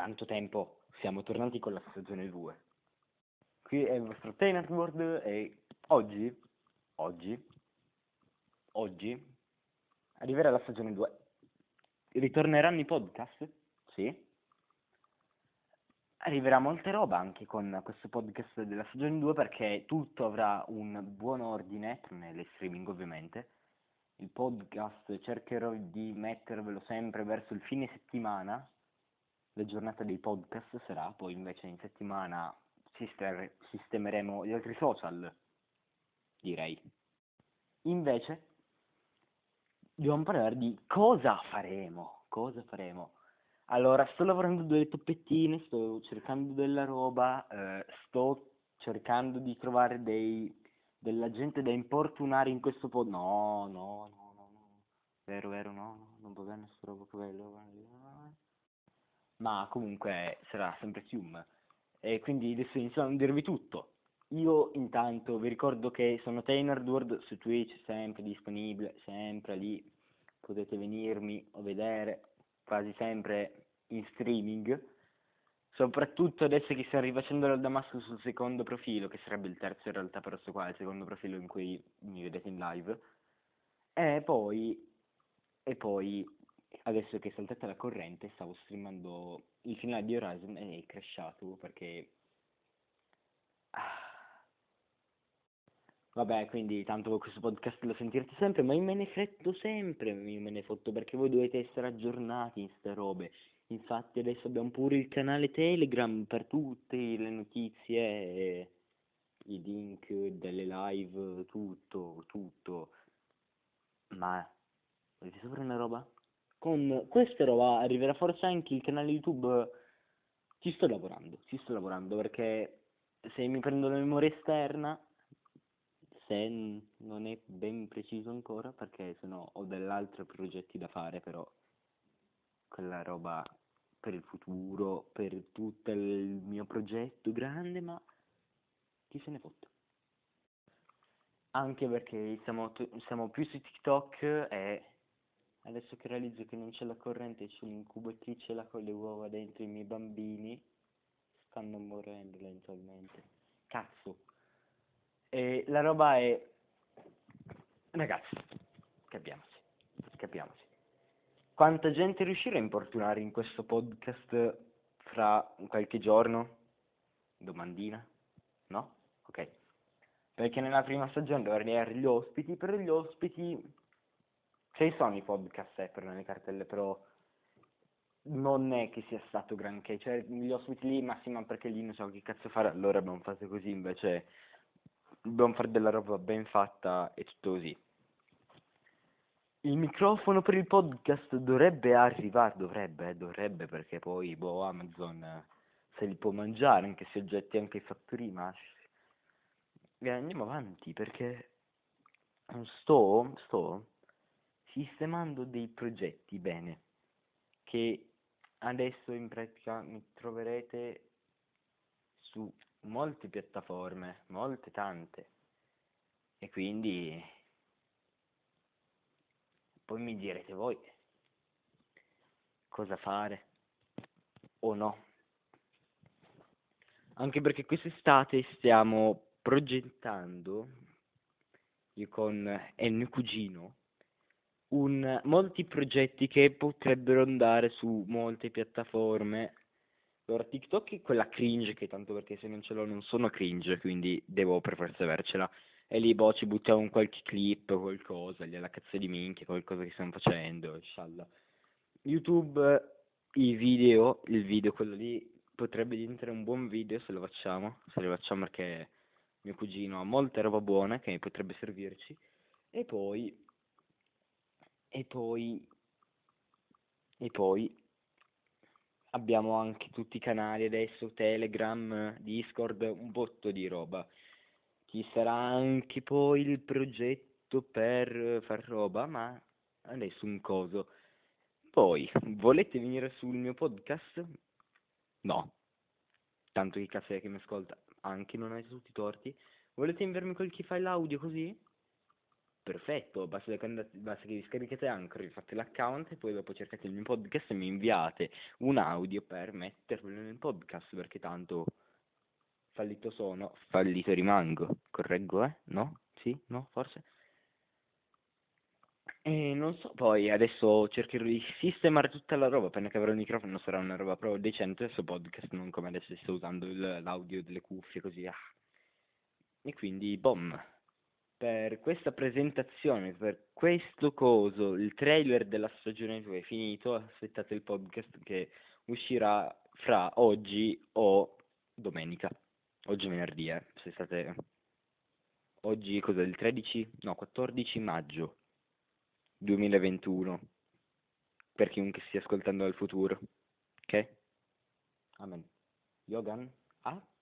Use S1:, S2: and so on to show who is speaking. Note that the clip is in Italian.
S1: tanto tempo siamo tornati con la stagione 2. Qui è il vostro Tennis World e oggi, oggi arriverà la stagione 2. Ritorneranno i podcast? Sì. Arriverà molta roba anche con questo podcast della stagione 2 perché tutto avrà un buon ordine, nelle streaming ovviamente. Il podcast cercherò di mettervelo sempre verso il fine settimana. La giornata dei podcast sarà, poi invece in settimana sistemeremo gli altri social, direi. Invece dobbiamo parlare di cosa faremo. Allora, sto lavorando delle toppettine, sto cercando della roba, sto cercando di trovare della gente da importunare in questo pod. No. Vero, no, non va bene sta roba, quello. Ma comunque sarà sempre Fiume. E quindi adesso iniziamo a dirvi tutto. Io intanto vi ricordo che sono Tainerdward su Twitch, sempre disponibile, sempre lì, potete venirmi a vedere quasi sempre in streaming, soprattutto adesso che sto rifacendo il Damasco sul secondo profilo, che sarebbe il terzo in realtà, però questo qua è il secondo profilo in cui mi vedete in live, e poi adesso che è saltata la corrente stavo streamando il finale di Horizon e è crashato perché ah, vabbè, quindi tanto questo podcast lo sentirete sempre, ma io me ne fretto sempre, io me ne fotto perché voi dovete essere aggiornati in ste robe. Infatti adesso abbiamo pure il canale Telegram per tutte le notizie, i link delle live, tutto. Ma volete sapere una roba? Con questa roba arriverà forse anche il canale YouTube. Ci sto lavorando perché se mi prendo la memoria esterna, se non è ben preciso ancora, perché sennò ho degli altri progetti da fare, però quella roba per il futuro, per tutto il mio progetto grande, ma chi se ne fotte. Anche perché siamo più su TikTok e adesso che realizzo che non c'è la corrente, c'è l'incubatrice là con le uova dentro, i miei bambini stanno morendo lentamente. Cazzo. E la roba è... Ragazzi, capiamoci. Quanta gente riuscirà a importunare in questo podcast fra qualche giorno? Domandina? No? Ok. Perché nella prima stagione dovrei avere gli ospiti, però gli ospiti... Ci sono i podcast per le cartelle, però non è che sia stato granché, cioè gli ospiti lì, ma sì, ma perché lì non so che cazzo fare, allora abbiamo fatto così, invece dobbiamo fare della roba ben fatta e tutto così. Il microfono per il podcast dovrebbe arrivare, dovrebbe, perché poi, Amazon se li può mangiare, anche se oggetti anche i fattori, ma andiamo avanti, perché sto sistemando dei progetti bene, che adesso in pratica mi troverete su molte piattaforme, molte tante, e quindi poi mi direte voi cosa fare o no. Anche perché quest'estate stiamo progettando, io con il mio cugino, molti progetti che potrebbero andare su molte piattaforme. Allora, TikTok è quella cringe, che tanto perché se non ce l'ho non sono cringe, quindi devo per forza avercela. E lì, ci buttiamo un qualche clip, qualcosa, lì alla cazzo di minchia, qualcosa che stiamo facendo, inshallah. YouTube, il video, quello lì, potrebbe diventare un buon video se lo facciamo perché mio cugino ha molte roba buone che potrebbe servirci. E poi, e poi, e poi abbiamo anche tutti i canali adesso, Telegram, Discord, un botto di roba. Ci sarà anche poi il progetto per far roba, ma adesso un coso. Poi, volete venire sul mio podcast? No, tanto chi cazzo è che mi ascolta, anche non avete tutti i torti. Volete inviarmi qualche file audio così? perfetto, basta che vi scaricate Anchor, vi fate l'account e poi dopo cercate il mio podcast e mi inviate un audio per metterlo nel podcast, perché tanto fallito sono, fallito rimango. Correggo, eh? No? Sì? No? Forse? E non so, poi adesso cercherò di sistemare tutta la roba, appena che avrò il microfono sarà una roba proprio decente, questo podcast, non come adesso sto usando l'audio delle cuffie così, ah. E quindi, boom, per questa presentazione, per questo coso, il trailer della stagione 2 è finito, aspettate il podcast che uscirà fra oggi o domenica, oggi è venerdì, se state... Oggi cos'è, il 13? No, 14 maggio 2021, per chiunque stia ascoltando dal futuro, ok? Amen. Yogan? Ah?